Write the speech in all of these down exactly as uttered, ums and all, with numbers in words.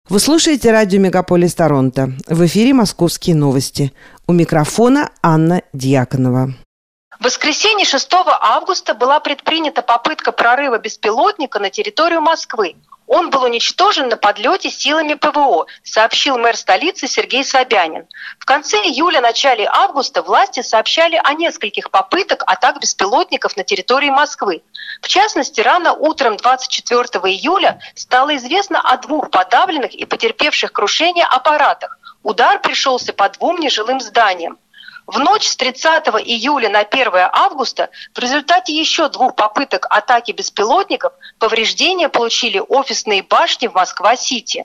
Вы слушаете радио «Мегаполис Торонто». В эфире «Московские новости». У микрофона Анна Дьяконова. В воскресенье шестого августа была предпринята попытка прорыва беспилотника на территорию Москвы. Он был уничтожен на подлете силами ПВО, сообщил мэр столицы Сергей Собянин. В конце июля, начале августа власти сообщали о нескольких попытках атак беспилотников на территории Москвы. В частности, рано утром двадцать четвёртого июля стало известно о двух подавленных и потерпевших крушение аппаратах. Удар пришелся по двум нежилым зданиям. В ночь с тридцатого июля на первое августа в результате еще двух попыток атаки беспилотников повреждения получили офисные башни в Москва-Сити.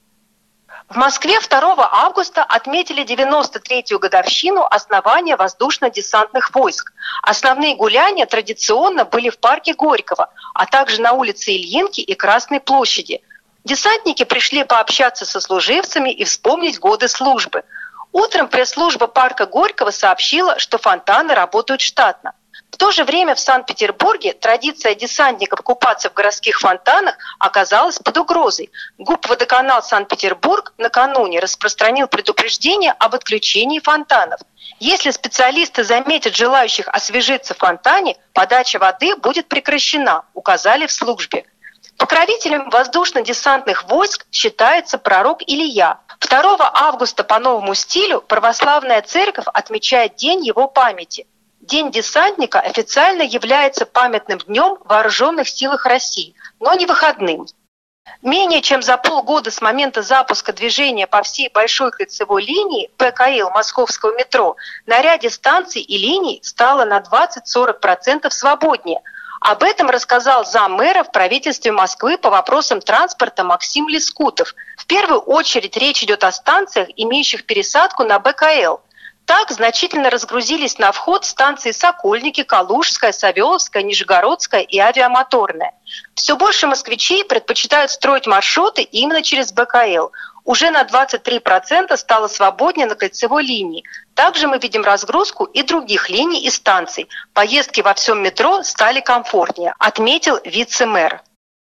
В Москве второго августа отметили девяносто третью годовщину основания воздушно-десантных войск. Основные гуляния традиционно были в парке Горького, а также на улице Ильинки и Красной площади. Десантники пришли пообщаться со служивцами и вспомнить годы службы. Утром пресс-служба парка Горького сообщила, что фонтаны работают штатно. В то же время в Санкт-Петербурге традиция десантников купаться в городских фонтанах оказалась под угрозой. ГУП-водоканал Санкт-Петербург накануне распространил предупреждение об отключении фонтанов. Если специалисты заметят желающих освежиться в фонтане, подача воды будет прекращена, указали в службе. Покровителем воздушно-десантных войск считается пророк Илия. второго августа по новому стилю православная церковь отмечает день его памяти. День десантника официально является памятным днем в вооруженных силах России, но не выходным. Менее чем за полгода с момента запуска движения по всей большой кольцевой линии ПКЛ московского метро на ряде станций и линий стало на двадцать-сорок процентов свободнее. Об этом рассказал заммэра в правительстве Москвы по вопросам транспорта Максим Лискутов. В первую очередь речь идет о станциях, имеющих пересадку на БКЛ. Так значительно разгрузились на вход станции Сокольники, Калужская, Савеловская, Нижегородская и Авиамоторная. Все больше москвичей предпочитают строить маршруты именно через БКЛ. Уже на двадцать три процента стало свободнее на кольцевой линии. Также мы видим разгрузку и других линий и станций. Поездки во всем метро стали комфортнее, отметил вице-мэр.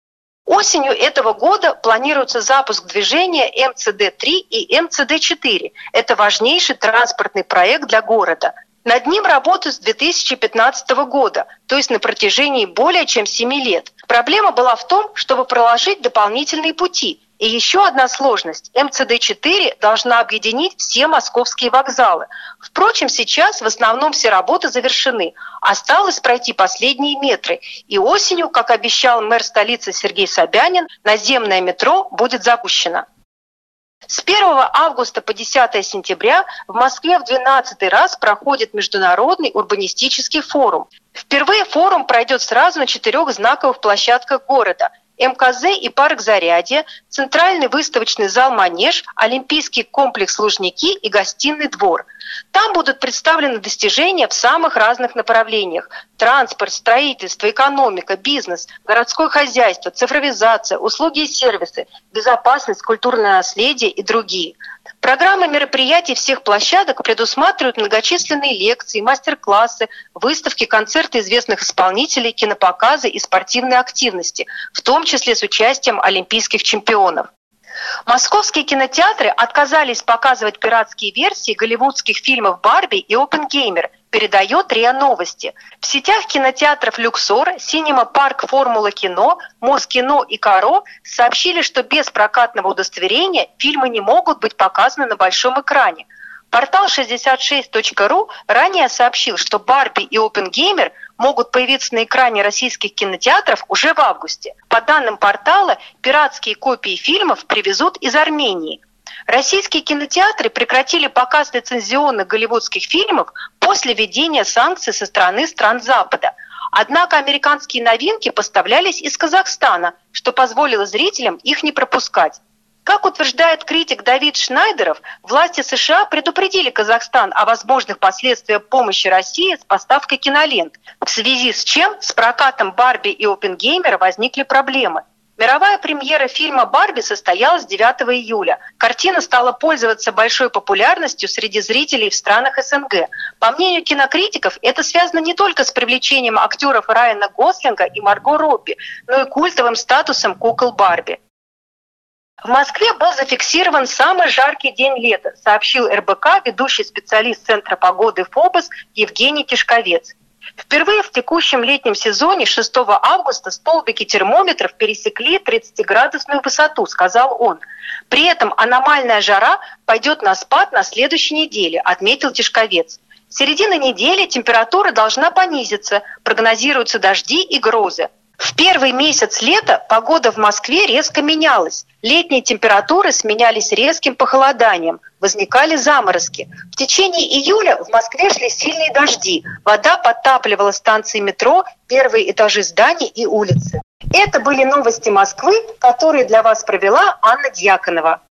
Осенью этого года планируется запуск движения эм цэ дэ три и эм цэ дэ четыре. Это важнейший транспортный проект для города. Над ним работают с две тысячи пятнадцатого года, то есть на протяжении более чем семи лет. Проблема была в том, чтобы проложить дополнительные пути. И еще одна сложность. эм цэ дэ четыре должна объединить все московские вокзалы. Впрочем, сейчас в основном все работы завершены. Осталось пройти последние метры. И осенью, как обещал мэр столицы Сергей Собянин, наземное метро будет запущено. С первого августа по десятое сентября в Москве в двенадцатый раз проходит Международный урбанистический форум. Впервые форум пройдет сразу на четырех знаковых площадках города – эм ка зэ и парк Зарядье, Центральный выставочный зал Манеж, Олимпийский комплекс Лужники и Гостиный двор. Там будут представлены достижения в самых разных направлениях: транспорт, строительство, экономика, бизнес, городское хозяйство, цифровизация, услуги и сервисы, безопасность, культурное наследие и другие. Программа мероприятий всех площадок предусматривает многочисленные лекции, мастер-классы, выставки, концерты известных исполнителей, кинопоказы и спортивные активности, в том числе с участием олимпийских чемпионов. Московские кинотеатры отказались показывать пиратские версии голливудских фильмов «Барби» и «Оппенгеймер», передает РИА Новости. В сетях кинотеатров «Люксор», «Синема Парк», «Формула кино», «Москино» и «Каро» сообщили, что без прокатного удостоверения фильмы не могут быть показаны на большом экране. Портал шестьдесят шесть точка ру ранее сообщил, что «Барби» и «Оппенгеймер» могут появиться на экране российских кинотеатров уже в августе. По данным портала, пиратские копии фильмов привезут из Армении. Российские кинотеатры прекратили показ лицензионных голливудских фильмов после введения санкций со стороны стран Запада. Однако американские новинки поставлялись из Казахстана, что позволило зрителям их не пропускать. Как утверждает критик Давид Шнайдеров, власти США предупредили Казахстан о возможных последствиях помощи России с поставкой кинолент, в связи с чем с прокатом «Барби» и «Оппенгеймера» возникли проблемы. Мировая премьера фильма «Барби» состоялась девятого июля. Картина стала пользоваться большой популярностью среди зрителей в странах эс эн гэ. По мнению кинокритиков, это связано не только с привлечением актеров Райана Гослинга и Марго Робби, но и культовым статусом кукол Барби. В Москве был зафиксирован самый жаркий день лета, сообщил эр бэ ка ведущий специалист Центра погоды ФОБОС Евгений Тишковец. Впервые в текущем летнем сезоне шестого августа столбики термометров пересекли тридцатиградусную высоту, сказал он. При этом аномальная жара пойдет на спад на следующей неделе, отметил Тишковец. С середины недели температура должна понизиться, прогнозируются дожди и грозы. В первый месяц лета погода в Москве резко менялась. Летние температуры сменялись резким похолоданием, возникали заморозки. В течение июля в Москве шли сильные дожди. Вода подтапливала станции метро, первые этажи зданий и улицы. Это были новости Москвы, которые для вас провела Анна Дьяконова.